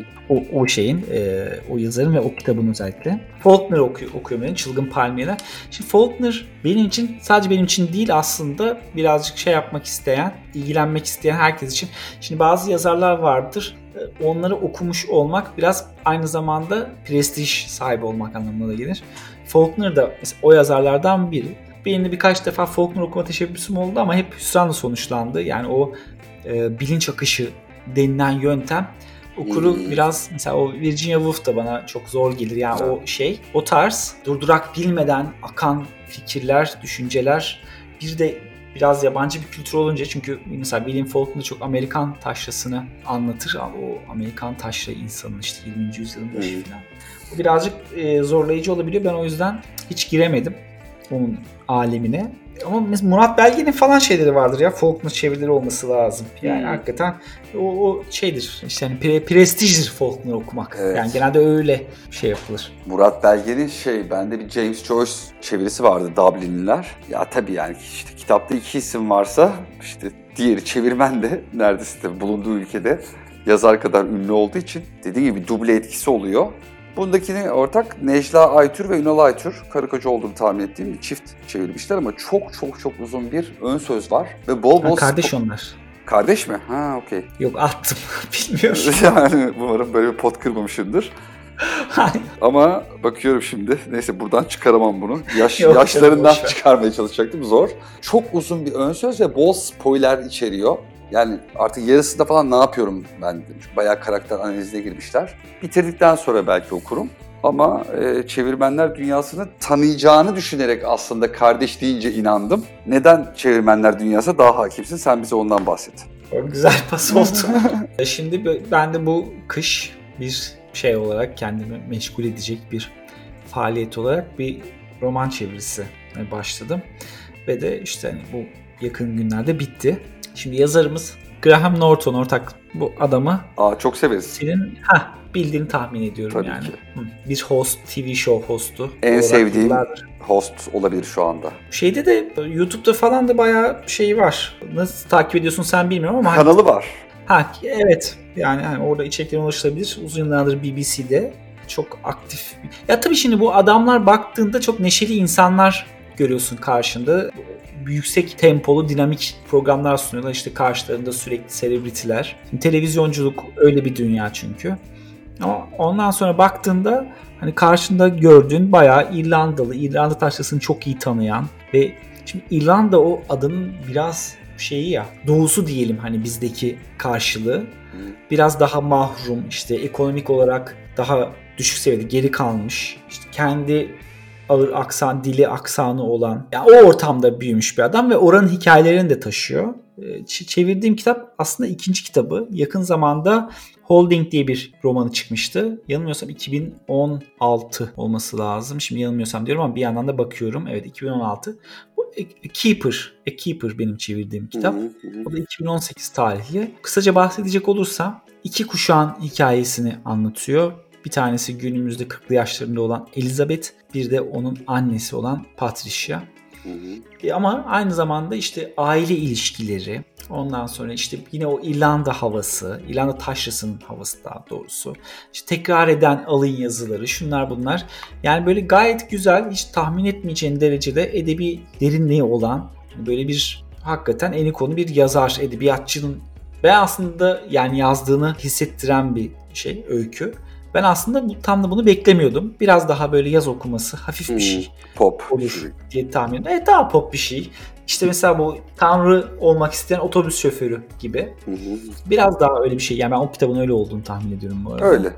O şeyin, o yazarın ve o kitabın özellikle. Faulkner okuyorum yani, Çılgın Palmiyeler. Şimdi Faulkner sadece benim için değil aslında, birazcık şey yapmak isteyen, ilgilenmek isteyen herkes için. Şimdi bazı yazarlar vardır. Onları okumuş olmak biraz aynı zamanda prestij sahibi olmak anlamına da gelir. Faulkner da mesela o yazarlardan biri. Benim de birkaç defa Faulkner okuma teşebbüsüm oldu ama hep hüsranla sonuçlandı. Yani o bilinç akışı denilen yöntem okuru biraz, mesela o Virginia Woolf da bana çok zor gelir. Yani o tarz durdurak bilmeden akan fikirler, düşünceler, bir de biraz yabancı bir kültür olunca, çünkü mesela William Faulkner çok Amerikan taşrasını anlatır. O Amerikan taşra insanın işte 20. yüzyılın başı falan. Bu birazcık zorlayıcı olabiliyor. Ben o yüzden hiç giremedim onun alemine. Ama mesela Murat Belge'nin falan şeyleri vardır ya. Faulkner çevirileri olması lazım. Yani hakikaten o şeydir. İşte hani prestijdir Faulkner okumak. Evet. Yani genelde öyle şey yapılır. Murat Belge'nin bende bir James Joyce çevirisi vardı, Dublinliler. Ya tabii yani işte kitapta iki isim varsa işte diğeri çevirmen de neredeyse de bulunduğu ülkede yazar kadar ünlü olduğu için dediğim gibi duble etkisi oluyor. Bundakini ortak Necla Aytür ve Ünal Aytür, karı koca olduğunu tahmin ettiğim bir çift çevirmişler ama çok uzun bir ön söz var ve bol kardeş onlar. Kardeş mi? Okey. Yok, attım. Bilmiyorum. Yani umarım böyle bir pot kırmamışımdır. Ama bakıyorum şimdi. Neyse, buradan çıkaramam bunu. Yaşlarından çıkarmaya çalışacaktım. Zor. Çok uzun bir ön söz ve bol spoiler içeriyor. Yani artık yarısında falan ne yapıyorum ben dedim. Çünkü bayağı karakter analizine girmişler. Bitirdikten sonra belki okurum. Ama çevirmenler dünyasını tanıyacağını düşünerek aslında kardeş deyince inandım. Neden çevirmenler dünyasına daha hakimsin? Sen bize ondan bahset. O güzel pas oldu. Şimdi ben de bu kış bir şey olarak kendimi meşgul edecek bir faaliyet olarak bir roman çevirisi başladım. Ve de işte hani bu yakın günlerde bitti. Şimdi yazarımız Graham Norton, ortak bu adamı. Çok severiz. Senin bildiğini tahmin ediyorum. Tabii yani. ki. Bir host, TV show hostu. En sevdiğim host olabilir şu anda. Şeyde de YouTube'da falan da bayağı şey var. Nasıl takip ediyorsun sen bilmiyorum ama. Kanalı var. Evet. Yani orada içeriklerine ulaşılabilir. Uzun yıllardır BBC'de çok aktif. Ya tabii şimdi bu adamlar baktığında çok neşeli insanlar görüyorsun karşında. Yüksek tempolu, dinamik programlar sunuyorlar. İşte karşılarında sürekli selebritiler. Şimdi televizyonculuk öyle bir dünya çünkü. Ama ondan sonra baktığında hani karşında gördüğün bayağı İrlandalı, İrlanda taşrasını çok iyi tanıyan ve şimdi İrlanda o adının biraz şeyi ya, doğusu diyelim hani bizdeki karşılığı. Biraz daha mahrum, işte ekonomik olarak daha düşük seviyede geri kalmış. İşte kendi ağır aksan, dili aksanı olan, yani o ortamda büyümüş bir adam ve oranın hikayelerini de taşıyor. Çevirdiğim kitap aslında ikinci kitabı. Yakın zamanda Holding diye bir romanı çıkmıştı. Yanılmıyorsam 2016 olması lazım. Şimdi yanılmıyorsam diyorum ama bir yandan da bakıyorum. Evet, 2016. Bu A Keeper benim çevirdiğim kitap. O da 2018 tarihli. Kısaca bahsedecek olursam iki kuşağın hikayesini anlatıyor. Bir tanesi günümüzde 40'lı yaşlarında olan Elizabeth, bir de onun annesi olan Patricia. Ama aynı zamanda işte aile ilişkileri, ondan sonra işte yine o İrlanda havası, İrlanda taşrasının havası daha doğrusu. İşte tekrar eden alın yazıları, şunlar bunlar. Yani böyle gayet güzel, hiç tahmin etmeyeceğin derecede edebi derinliği olan, böyle bir hakikaten eni konu bir yazar, edebiyatçının ben aslında yani yazdığını hissettiren bir şey, öykü. Ben aslında tam da bunu beklemiyordum. Biraz daha böyle yaz okuması, hafif bir şey. Pop olur diye tahmin ediyorum. Evet, daha pop bir şey. İşte mesela bu Tanrı olmak isteyen otobüs şoförü gibi. Biraz daha öyle bir şey. Yani ben o kitabın öyle olduğunu tahmin ediyorum bu arada. Öyle.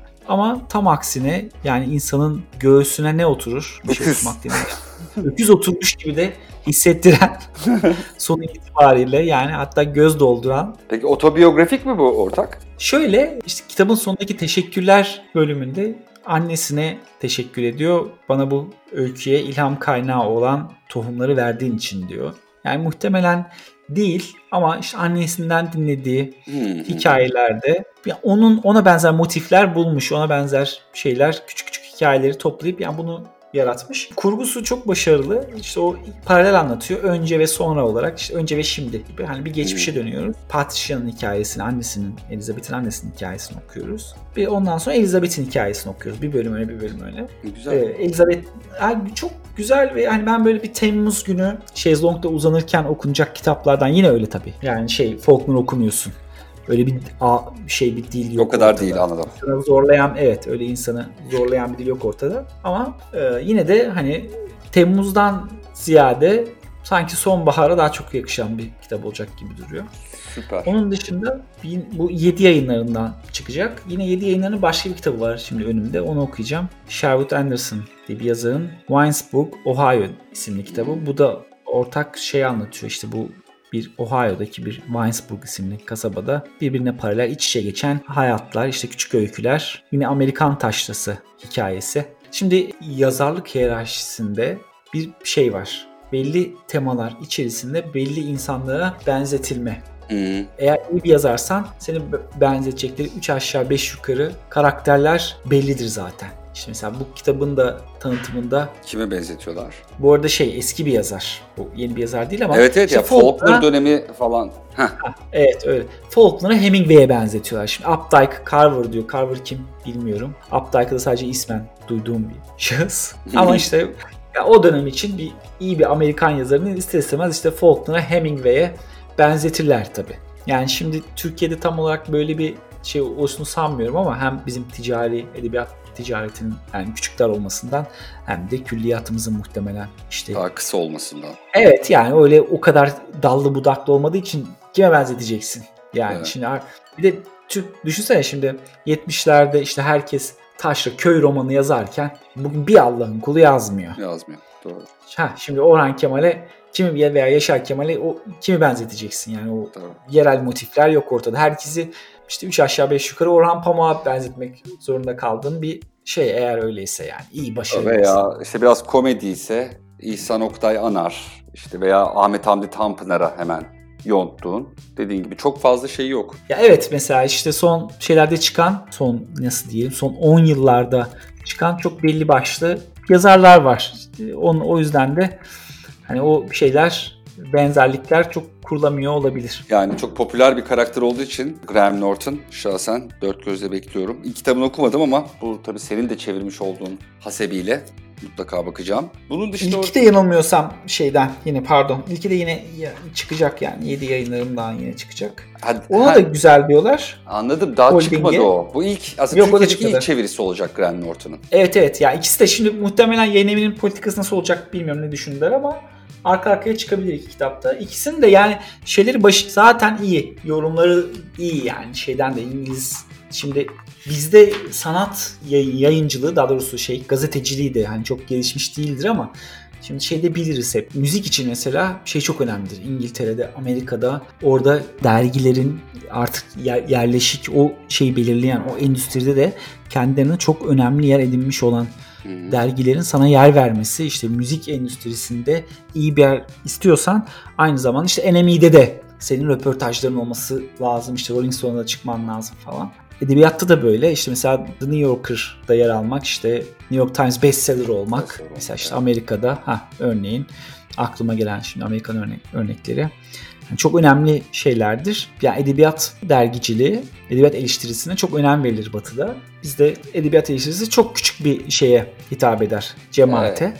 Ama tam aksine yani insanın göğsüne ne oturur? Bir şey okumak değil mi? Öküz oturmuş gibi de hissettiren sonu itibariyle, yani hatta göz dolduran. Peki otobiyografik mi bu ortak? Şöyle işte kitabın sonundaki teşekkürler bölümünde annesine teşekkür ediyor. Bana bu öyküye ilham kaynağı olan tohumları verdiğin için diyor. Yani muhtemelen değil ama işte annesinden dinlediği hikayelerde ona benzer motifler bulmuş, ona benzer şeyler, küçük küçük hikayeleri toplayıp yani bunu yaratmış. Kurgusu çok başarılı. İşte o paralel anlatıyor. Önce ve sonra olarak, işte önce ve şimdi gibi. Hani bir geçmişe dönüyoruz. Patricia'nın hikayesini, Elizabeth'in annesinin hikayesini okuyoruz. Bir ondan sonra Elizabeth'in hikayesini okuyoruz. Bir bölüm öyle, bir bölüm öyle. Güzel. Elizabeth çok güzel ve hani ben böyle bir Temmuz günü şezlongda uzanırken okunacak kitaplardan, yine öyle tabii. Yani Faulkner okumuyorsun. Öyle bir bir dil yok. O kadar ortada. değil, anladım. Zorlayan, evet, öyle insanı zorlayan bir dil yok ortada. Ama yine de hani Temmuz'dan ziyade sanki sonbahara daha çok yakışan bir kitap olacak gibi duruyor. Süper. Onun dışında bu 7 yayınlarından çıkacak. Yine 7 yayınlarının başka bir kitabı var şimdi önümde. Onu okuyacağım. Sherwood Anderson diye bir yazarın Winesburg, Ohio isimli kitabı. Bu da ortak anlatıyor. İşte bu bir Ohio'daki bir Winesburg isimli kasabada birbirine paralel iç içe geçen hayatlar, işte küçük öyküler, yine Amerikan taşrası hikayesi. Şimdi yazarlık hiyerarşisinde bir şey var. Belli temalar içerisinde belli insanlara benzetilme. Eğer iyi bir yazarsan senin benzetecekleri 3 aşağı 5 yukarı karakterler bellidir zaten. İşte mesela bu kitabın da tanıtımında kime benzetiyorlar? Bu arada eski bir yazar. Bu yeni bir yazar değil ama. Evet işte ya Faulkner dönemi falan. Evet öyle. Faulkner'ı Hemingway'e benzetiyorlar. Şimdi Updike Carver diyor. Carver kim bilmiyorum. Updike'ı da sadece ismen duyduğum bir şahıs. Ama işte o dönem için iyi bir Amerikan yazarının ister istemez işte Faulkner'ı Hemingway'e benzetirler tabii. Yani şimdi Türkiye'de tam olarak böyle bir olsun sanmıyorum ama hem bizim edebiyat ticaretinin yani küçük dar olmasından hem de külliyatımızın muhtemelen işte daha kısa olmasından. Evet, yani öyle o kadar dallı budaklı olmadığı için kime benzeteceksin? Yani Evet. şimdi bir de düşünsene şimdi 70'lerde işte herkes taşra köy romanı yazarken bugün bir Allah'ın kulu yazmıyor. Yazmıyor. Doğru. Şimdi Orhan Kemal'e veya Yaşar Kemal'e kimi benzeteceksin? Yani o Doğru. yerel motifler yok ortada. Herkesi işte 3 aşağı 5 yukarı Orhan Pamuk'a benzetmek zorunda kaldığın bir şey eğer öyleyse yani. İyi başarılı. Veya işte biraz komedi ise İhsan Oktay Anar işte veya Ahmet Hamdi Tanpınar'a hemen yonttuğun, dediğin gibi çok fazla şey yok. Ya evet, mesela işte son şeylerde çıkan, son 10 yıllarda çıkan çok belli başlı yazarlar var. İşte o yüzden de hani o şeyler, benzerlikler çok kurulamıyor olabilir. Yani çok popüler bir karakter olduğu için Graham Norton şahsen dört gözle bekliyorum. İlk kitabını okumadım ama bu tabii senin de çevirmiş olduğun hasebiyle mutlaka bakacağım. Bunun dışında İlki de yanılmıyorsam İlki de yine çıkacak yani 7 yayınlarından yine çıkacak. Ona da güzel diyorlar. Anladım, daha Holding'e çıkmadı o. Bu aslında Yok, Türkiye'deki ilk çevirisi olacak Graham Norton'un. Evet ya, ikisi de şimdi muhtemelen yayın evinin politikası nasıl olacak bilmiyorum, ne düşündüler ama arka arkaya çıkabilir iki kitapta. İkisinin de yani şeyleri zaten iyi. Yorumları iyi yani, şeyden de İngiliz. Şimdi bizde sanat yayıncılığı, daha doğrusu gazeteciliği de hani çok gelişmiş değildir ama şimdi biliriz hep. Müzik için mesela çok önemlidir. İngiltere'de, Amerika'da, orada dergilerin artık yerleşik o belirleyen o endüstride de kendilerine çok önemli yer edinmiş olan dergilerin sana yer vermesi, işte müzik endüstrisinde iyi bir yer istiyorsan aynı zamanda işte NME'de de senin röportajların olması lazım. İşte Rolling Stone'da çıkman lazım falan. Edebiyatta da böyle. İşte mesela The New Yorker'da yer almak, işte New York Times bestseller olmak. Mesela işte Amerika'da örneğin aklıma gelen şimdi Amerikan örnekleri. Yani çok önemli şeylerdir. Yani edebiyat dergiciliği, edebiyat eleştirisine çok önem verilir Batı'da. Bizde edebiyat eleştirisi çok küçük bir şeye hitap eder, cemaate.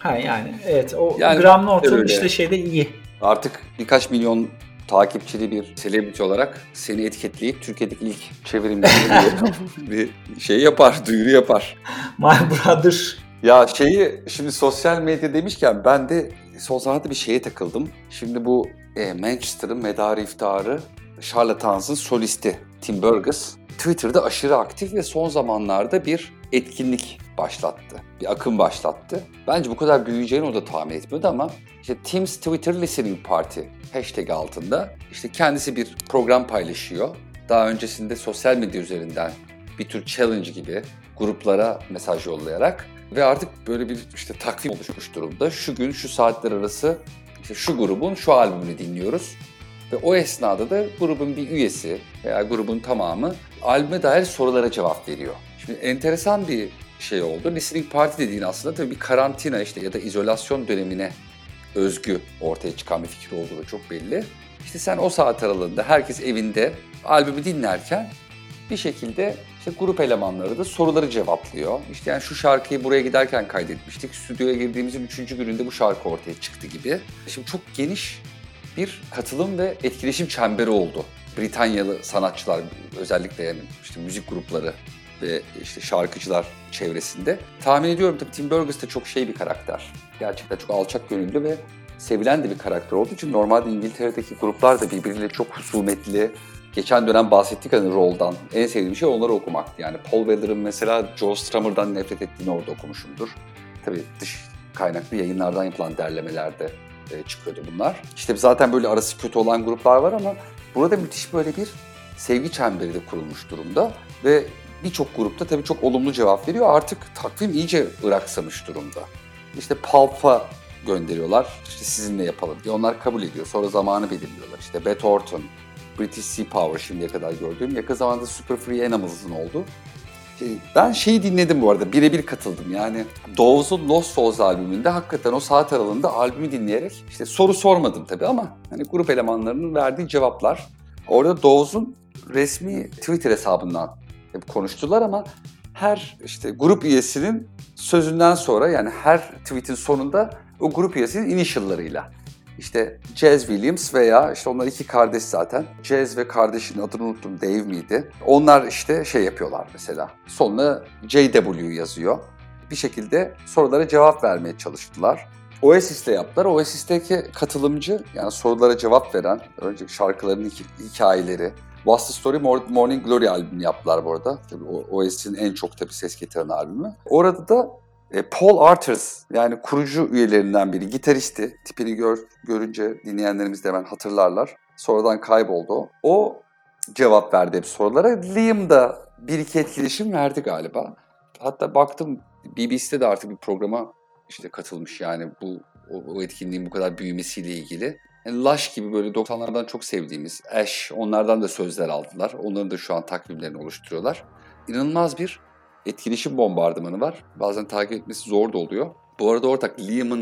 Evet. Graham Norton işte iyi. Artık birkaç milyon takipçili bir celebrity olarak seni etiketleyip Türkiye'deki ilk çevirimci bir duyuru yapar. My brother. Ya şimdi sosyal medya demişken ben de son zamanlarda bir şeye takıldım. Şimdi bu Manchester'ın medarı iftiharı Charlatans'ın solisti Tim Burgess Twitter'da aşırı aktif ve son zamanlarda bir etkinlik başlattı. Bir akım başlattı. Bence bu kadar büyüyeceğini o da tahmin etmiyordu ama işte Tim's Twitter Listening Party hashtag altında işte kendisi bir program paylaşıyor. Daha öncesinde sosyal medya üzerinden bir tür challenge gibi gruplara mesaj yollayarak ve artık böyle bir takvim oluşmuş durumda. Şu gün şu saatler arası şu grubun şu albümünü dinliyoruz. Ve o esnada da grubun bir üyesi veya grubun tamamı albüme dair sorulara cevap veriyor. Şimdi enteresan bir şey oldu. Listening Party dediğin aslında tabii bir karantina ya da izolasyon dönemine özgü ortaya çıkan bir fikir olduğu da çok belli. İşte sen o saat aralığında herkes evinde albümü dinlerken bir şekilde grup elemanları da soruları cevaplıyor. Yani şu şarkıyı buraya giderken kaydetmiştik. Stüdyoya girdiğimizin 3. gününde bu şarkı ortaya çıktı gibi. Şimdi çok geniş bir katılım ve etkileşim çemberi oldu. Britanyalı sanatçılar özellikle müzik grupları ve şarkıcılar çevresinde. Tahmin ediyorum tabii Tim Burgess de çok bir karakter. Gerçekten çok alçak gönüllü ve sevilen de bir karakter olduğu için normalde İngiltere'deki gruplar da birbiriyle çok husumetli. Geçen dönem bahsettik Roll'dan. En sevdiğim şey onları okumaktı. Yani Paul Weather'ın mesela Joe Strummer'dan nefret ettiğini orada okumuşumdur. Tabii dış kaynaklı yayınlardan yapılan derlemelerde çıkıyordu bunlar. Zaten böyle arası kötü olan gruplar var ama burada müthiş böyle bir sevgi çemberi de kurulmuş durumda. Ve birçok grupta tabii çok olumlu cevap veriyor. Artık takvim iyice ıraksamış durumda. Pulp'a gönderiyorlar. Sizinle yapalım diye. Onlar kabul ediyor. Sonra zamanı belirliyorlar. Beth Orton, British Sea Power şimdiye kadar gördüğüm. Yakın zamanda Super Free Animals'ın oldu. Ben dinledim bu arada. Birebir katıldım. Yani Dawes'un Lost Souls albümünde hakikaten o saat aralığında albümü dinleyerek soru sormadım tabii ama grup elemanlarının verdiği cevaplar. Orada Dawes'un resmi Twitter hesabından konuştular ama her grup üyesinin sözünden sonra yani her tweetin sonunda o grup üyesinin initial'larıyla Jazz Williams veya onlar iki kardeş zaten. Jazz ve kardeşinin adını unuttum. Dave miydi? Onlar yapıyorlar mesela. Sonuna JW yazıyor. Bir şekilde sorulara cevap vermeye çalıştılar. Oasis'le yaptılar. Oasis'teki katılımcı, yani sorulara cevap veren, önceki şarkıların hikayeleri. What's the Story Morning Glory albümünü yaptılar bu arada. Tabii Oasis'in en çok tabii ses getiren albümü. Orada da Paul Arthurs, yani kurucu üyelerinden biri, gitaristi. Tipini görünce dinleyenlerimiz de hemen hatırlarlar. Sonradan kayboldu o. O cevap verdi hep sorulara. Liam da bir iki etkileşim verdi galiba. Hatta baktım BBC'de de artık bir programa işte katılmış, yani o etkinliğin bu kadar büyümesiyle ilgili. Yani Lush gibi böyle 90'lardan çok sevdiğimiz Ash, onlardan da sözler aldılar. Onların da şu an takvimlerini oluşturuyorlar. İnanılmaz bir etkileşim bombardımanı var. Bazen takip etmesi zor da oluyor. Bu arada ortak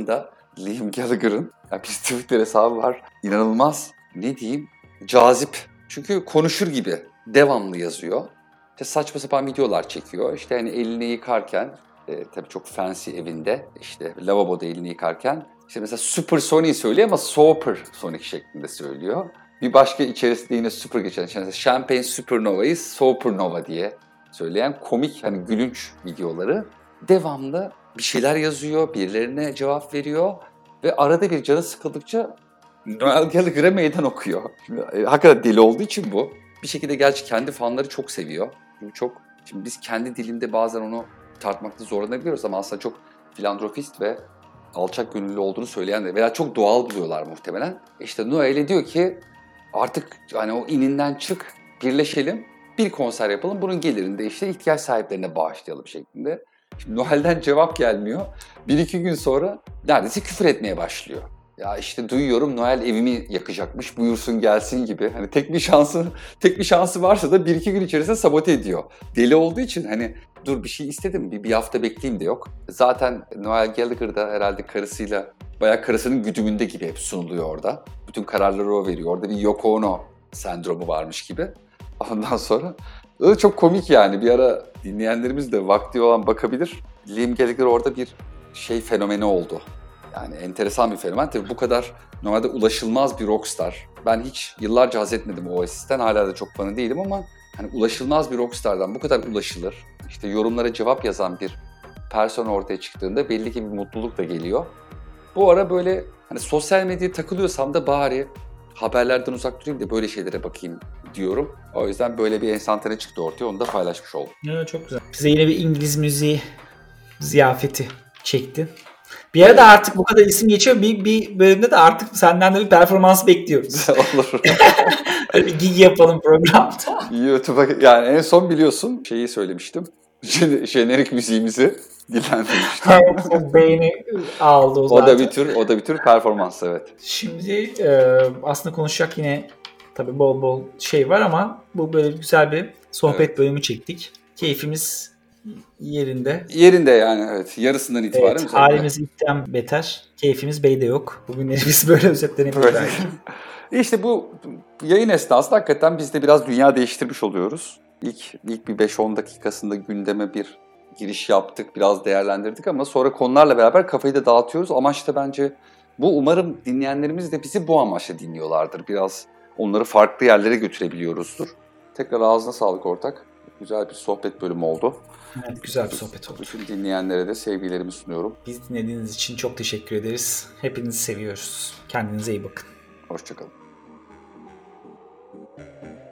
Liam Gallagher'ın bir Twitter hesabı var. İnanılmaz, ne diyeyim, cazip. Çünkü konuşur gibi devamlı yazıyor. İşte saçma sapan videolar çekiyor. İşte hani elini yıkarken, tabii çok fancy evinde, işte lavaboda elini yıkarken, işte mesela Supersonic söylüyor ama Supersonic şeklinde söylüyor. Bir başka içerisinde yine super geçen, işte mesela Champagne Supernova'yı Supernova diye söyleyen komik, hani gülünç videoları. Devamlı bir şeyler yazıyor, birilerine cevap veriyor ve arada bir canı sıkıldıkça Noel Gallagher'a meydan okuyor. Şimdi, hakikaten deli olduğu için bu. Bir şekilde gerçi kendi fanları çok seviyor. Şimdi biz kendi dilinde bazen onu tartmakta zorlanabiliyoruz ama aslında çok filantropist ve alçak gönüllü olduğunu söyleyen de veya çok doğal buluyorlar muhtemelen. İşte Noel'e diyor ki artık hani o ininden çık, birleşelim, bir konser yapalım. Bunun gelirini de işte ihtiyaç sahiplerine bağışlayalım şeklinde. Şimdi Noel'den cevap gelmiyor. Bir iki gün sonra neredeyse küfür etmeye başlıyor. Ya işte duyuyorum Noel evimi yakacakmış, buyursun gelsin gibi. Hani tek bir şansı varsa da bir iki gün içerisinde sabote ediyor. Deli olduğu için hani dur bir şey istedim, bir hafta bekleyeyim de yok. Zaten Noel Gallagher da herhalde karısıyla, bayağı karısının güdümünde gibi hep sunuluyor orada. Bütün kararları o veriyor. Orada bir Yoko Ono sendromu varmış gibi. Ondan sonra çok komik yani. Bir ara dinleyenlerimiz de vakti olan bakabilir. Liam Gallagher orada bir fenomeni oldu. Yani enteresan bir fenomen. Tabii bu kadar normalde ulaşılmaz bir rockstar. Ben hiç yıllarca haz etmedim Oasis'ten. Hala da çok fanı değilim ama hani ulaşılmaz bir rockstardan bu kadar ulaşılır, İşte yorumlara cevap yazan bir persona ortaya çıktığında belli ki bir mutluluk da geliyor. Bu ara böyle hani sosyal medyaya takılıyorsam da bari haberlerden uzak durayım da böyle şeylere bakayım diyorum. O yüzden böyle bir enstantane çıktı ortaya. Onu da paylaşmış oldum. Evet, çok güzel. Bize yine bir İngiliz müziği ziyafeti çekti. Bir ara da artık bu kadar isim geçiyor. Bir bölümde de artık senden de bir performans bekliyoruz. Olur. Bir gig yapalım programda. YouTube'a, yani en son biliyorsun şeyi söylemiştim. Jenerik müziğimizi dillendirmiştim. Çok beğeni aldı o zaten. O da bir tür performans, evet. Şimdi aslında konuşacak yine tabii bol bol şey var ama bu böyle güzel bir sohbet bölümü çektik. Keyfimiz yerinde. Yerinde yani, evet. Yarısından itibaren. Evet, halimiz itten beter. Keyfimiz beyde yok. Bugünleri biz böyle özetlenebiliriz belki. İşte bu yayın esnasında hakikaten biz de biraz dünya değiştirmiş oluyoruz. İlk bir 5-10 dakikasında gündeme bir giriş yaptık, biraz değerlendirdik ama sonra konularla beraber kafayı da dağıtıyoruz. Amaç da bence bu, umarım dinleyenlerimiz de bizi bu amaçla dinliyorlardır. Biraz onları farklı yerlere götürebiliyoruzdur. Tekrar ağzına sağlık ortak. Güzel bir sohbet bölümü oldu. Evet, güzel bir sohbet oldu. Bütün dinleyenlere de sevgilerimi sunuyorum. Biz dinlediğiniz için çok teşekkür ederiz. Hepinizi seviyoruz. Kendinize iyi bakın. Hoşçakalın.